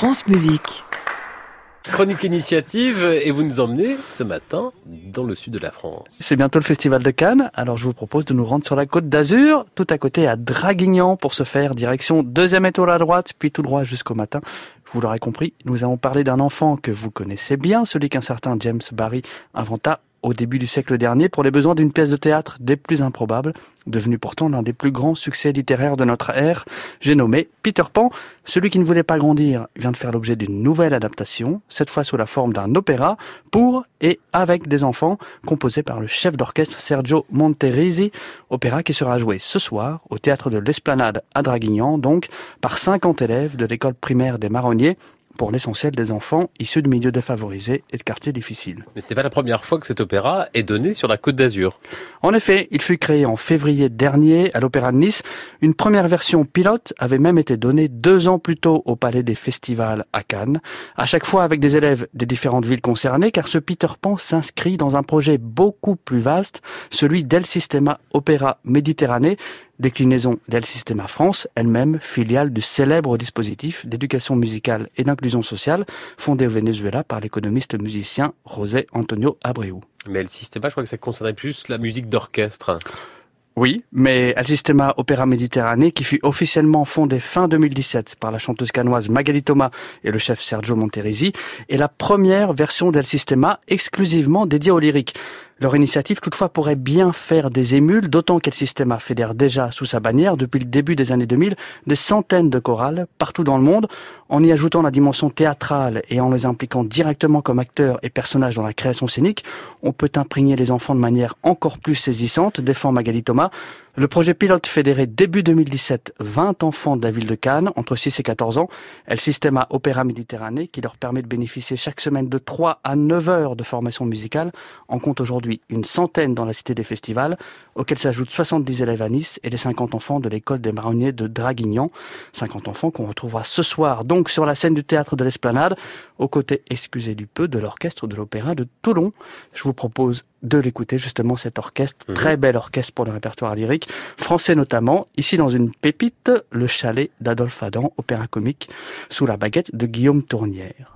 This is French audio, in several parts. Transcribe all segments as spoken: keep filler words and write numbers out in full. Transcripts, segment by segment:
France Musique. Chronique initiative, et vous nous emmenez ce matin dans le sud de la France. C'est bientôt le festival de Cannes, alors je vous propose de nous rendre sur la côte d'Azur, tout à côté à Draguignan. Pour ce faire, direction deuxième étoile à droite, puis tout droit jusqu'au matin. Vous l'aurez compris, nous allons parler d'un enfant que vous connaissez bien, celui qu'un certain James Barrie inventa au début du siècle dernier pour les besoins d'une pièce de théâtre des plus improbables, devenu pourtant l'un des plus grands succès littéraires de notre ère. J'ai nommé Peter Pan. Celui qui ne voulait pas grandir vient de faire l'objet d'une nouvelle adaptation, cette fois sous la forme d'un opéra pour et avec des enfants, composé par le chef d'orchestre Sergio Monterisi, opéra qui sera joué ce soir au théâtre de l'Esplanade à Draguignan, donc par cinquante élèves de l'école primaire des Marronniers, pour l'essentiel des enfants issus de milieux défavorisés et de quartiers difficiles. Mais ce n'est pas la première fois que cet opéra est donné sur la Côte d'Azur. En effet, il fut créé en février dernier à l'Opéra de Nice. Une première version pilote avait même été donnée deux ans plus tôt au Palais des Festivals à Cannes, à chaque fois avec des élèves des différentes villes concernées, car ce Peter Pan s'inscrit dans un projet beaucoup plus vaste, celui d'El Sistema Opéra Méditerranée, déclinaison d'El Sistema France, elle-même filiale du célèbre dispositif d'éducation musicale et d'inclusion sociale fondé au Venezuela par l'économiste musicien José Antonio Abreu. Mais El Sistema, je crois que ça concernait plus la musique d'orchestre. Oui, mais El Sistema Opéra Méditerranée, qui fut officiellement fondé fin deux mille dix-sept par la chanteuse cannoise Magali Thomas et le chef Sergio Monterisi, est la première version d'El Sistema exclusivement dédiée au lyrique. Leur initiative, toutefois, pourrait bien faire des émules, d'autant qu'El Sistema fédère déjà sous sa bannière, depuis le début des années deux mille, des centaines de chorales partout dans le monde. En y ajoutant la dimension théâtrale et en les impliquant directement comme acteurs et personnages dans la création scénique, on peut imprégner les enfants de manière encore plus saisissante, défend Magali Thomas. Le projet pilote fédérait début deux mille dix-sept vingt enfants de la ville de Cannes, entre six et quatorze ans. El Sistema Opéra Méditerranée, qui leur permet de bénéficier chaque semaine de trois à neuf heures de formation musicale, en compte aujourd'hui une centaine dans la cité des festivals, auxquels s'ajoutent soixante-dix élèves à Nice et les cinquante enfants de l'école des Marronniers de Draguignan. cinquante enfants qu'on retrouvera ce soir donc sur la scène du théâtre de l'Esplanade, aux côtés, excusez du peu, de l'orchestre de l'Opéra de Toulon. Je vous propose de l'écouter, justement, cet orchestre, mmh. très bel orchestre pour le répertoire lyrique, français notamment, ici dans une pépite, le chalet d'Adolphe Adam, opéra comique, sous la baguette de Guillaume Tournière.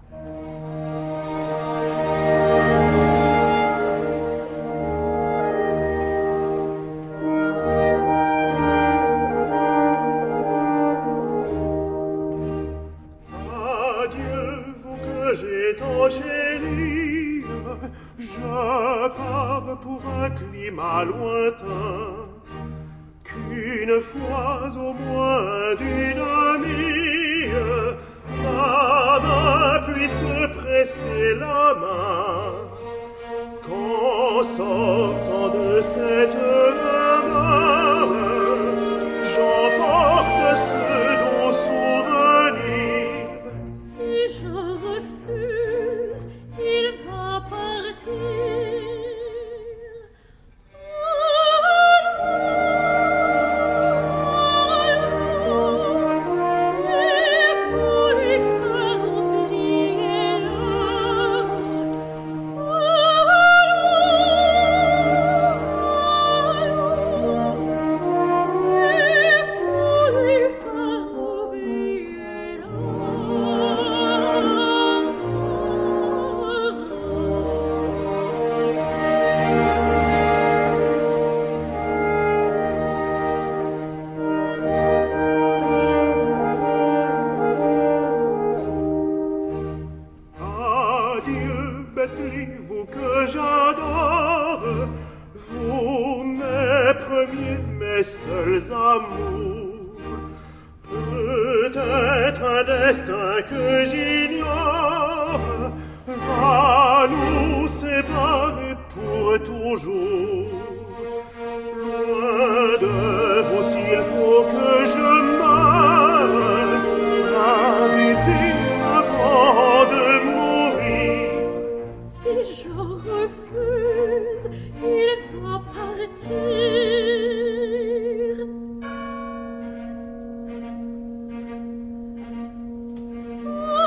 Je pars pour un climat lointain, qu'une fois au moins d'une amie, la main puisse presser la main, qu'en sortant de cette demeure, j'emporte ce doux souvenir. Si je refuse, il va partir. Vous que j'adore, vous mes premiers, mes seuls amours, peut-être un destin que j'ignore va nous séparer pour toujours. Loin de vous, s'il faut que je meure, un baiser avant de mourir. Si je refuse, il va partir. Oh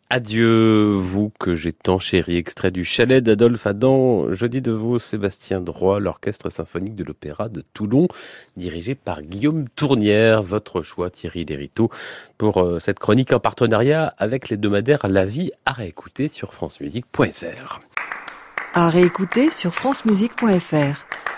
Adieu, vous que j'ai tant chéri, extrait du Chalet d'Adolphe Adam, Jeudi de Veau, Sébastien Droit, l'Orchestre symphonique de l'Opéra de Toulon, dirigé par Guillaume Tournière. Votre choix, Thierry Lériteau, pour euh, cette chronique en partenariat avec l'hebdomadaire La Vie, à réécouter sur francemusique point fr. À réécouter sur francemusique point fr.